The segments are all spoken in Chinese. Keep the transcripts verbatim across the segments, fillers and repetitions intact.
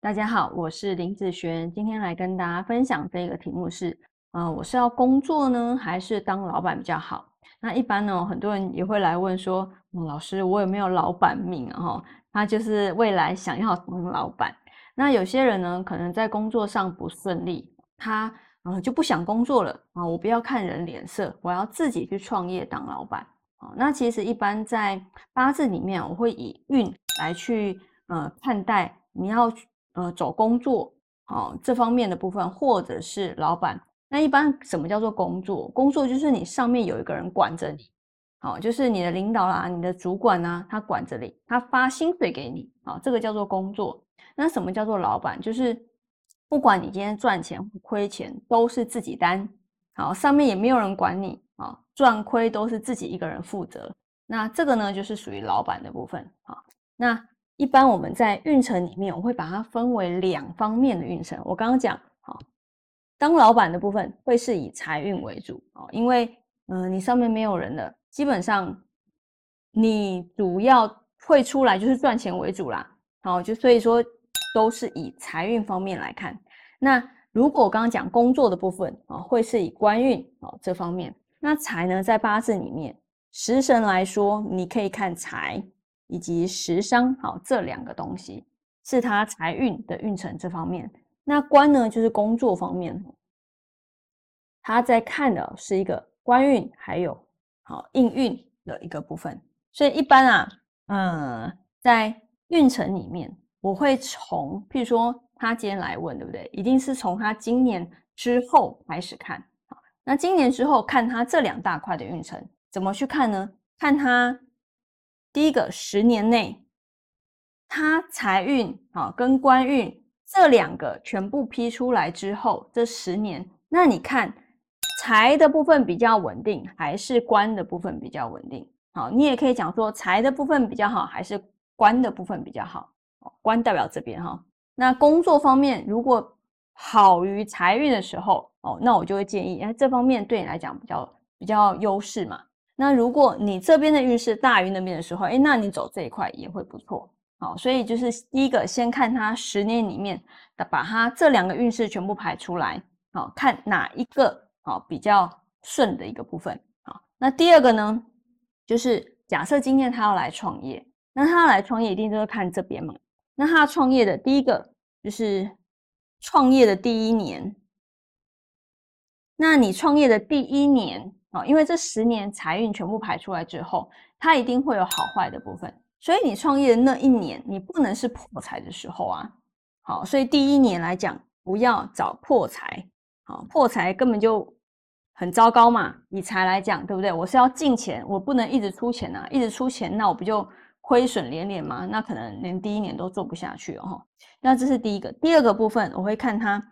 大家好，我是林子璇，今天来跟大家分享这个题目是，呃，我是要工作呢，还是当老板比较好？那一般呢，很多人也会来问说，嗯、老师，我有没有老板命啊？哈，他就是未来想要当老板。那有些人呢，可能在工作上不顺利，他呃就不想工作了啊，我不要看人脸色，我要自己去创业当老板。啊，那其实一般在八字里面，我会以运来去呃看待你要呃，走工作，哦，这方面的部分，或者是老板。那一般什么叫做工作？工作就是你上面有一个人管着你，好、哦，就是你的领导啦、你的主管啊，他管着你，他发薪水给你，好、哦，这个叫做工作。那什么叫做老板？就是不管你今天赚钱或亏钱，都是自己担，好、哦，上面也没有人管你，啊、哦，赚亏都是自己一个人负责。那这个呢，就是属于老板的部分，好、哦，那一般我们在运程里面，我会把它分为两方面的运程。我刚刚讲，好，当老板的部分会是以财运为主哦，因为嗯、呃，你上面没有人了，基本上你主要会出来就是赚钱为主啦。好，就所以说都是以财运方面来看。那如果我刚刚讲工作的部分啊，会是以官运啊这方面。那财呢，在八字里面，食神来说，你可以看财。以及食伤，好，这两个东西是他财运的运程这方面。那官呢，就是工作方面，他在看的是一个官运，还有好应运的一个部分。所以一般啊，嗯，在运程里面，我会从，譬如说他今天来问，对不对？一定是从他今年之后开始看。好，那今年之后看他这两大块的运程，怎么去看呢？看他第一个十年内，他财运啊跟官运这两个全部批出来之后，这十年，那你看财的部分比较稳定，还是官的部分比较稳定？好，你也可以讲说财的部分比较好，还是官的部分比较好？官代表这边哈。那工作方面如果好于财运的时候，哦，那我就会建议，哎，这方面对你来讲比较比较优势嘛。那如果你这边的运势大于那边的时候，哎，那你走这一块也会不错。好，所以就是第一个，先看它十年里面的，把它这两个运势全部排出来，好，看哪一个好比较顺的一个部分。好，那第二个呢，就是假设今天他要来创业，那他要来创业一定就是看这边嘛。那他创业的第一个就是创业的第一年，那你创业的第一年啊，因为这十年财运全部排出来之后，它一定会有好坏的部分，所以你创业的那一年，你不能是破财的时候啊。好，所以第一年来讲，不要找破财，好，破财根本就很糟糕嘛。以财来讲，对不对？我是要进钱，我不能一直出钱啊，一直出钱，那我不就亏损连连吗？那可能连第一年都做不下去哦。那这是第一个，第二个部分我会看它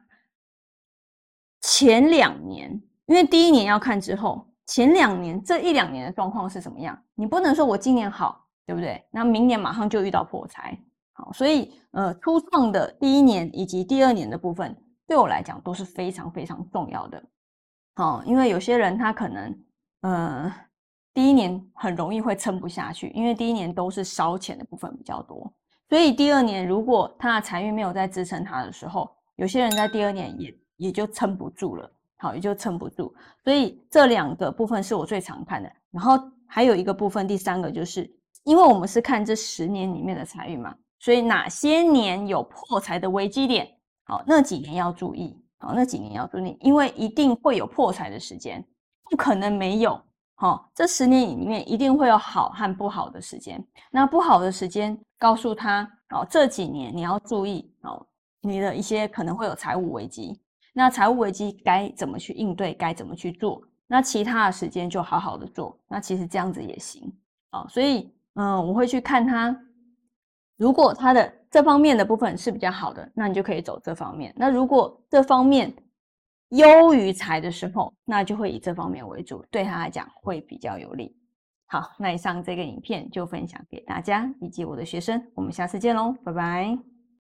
前两年，因为第一年要看之后，前两年这一两年的状况是怎么样？你不能说我今年好，对不对？那明年马上就遇到破财，好，所以呃，初创的第一年以及第二年的部分，对我来讲都是非常非常重要的。好，因为有些人他可能呃第一年很容易会撑不下去，因为第一年都是烧钱的部分比较多，所以第二年如果他的财运没有在支撑他的时候，有些人在第二年也也就撑不住了，好，也就撑不住。所以这两个部分是我最常看的。然后还有一个部分，第三个就是，因为我们是看这十年里面的财运嘛，所以哪些年有破财的危机点，好，那几年要注意，好，那几年要注意，因为一定会有破财的时间，不可能没有。好，这十年里面一定会有好和不好的时间。那不好的时间，告诉他，哦，这几年你要注意，哦，你的一些可能会有财务危机。那财务危机该怎么去应对，该怎么去做？那其他的时间就好好的做。那其实这样子也行，哦，所以，嗯，我会去看他，如果他的这方面的部分是比较好的，那你就可以走这方面。那如果这方面优于财的时候，那就会以这方面为主，对他来讲会比较有利。好，那以上这个影片就分享给大家以及我的学生，我们下次见喽，拜拜。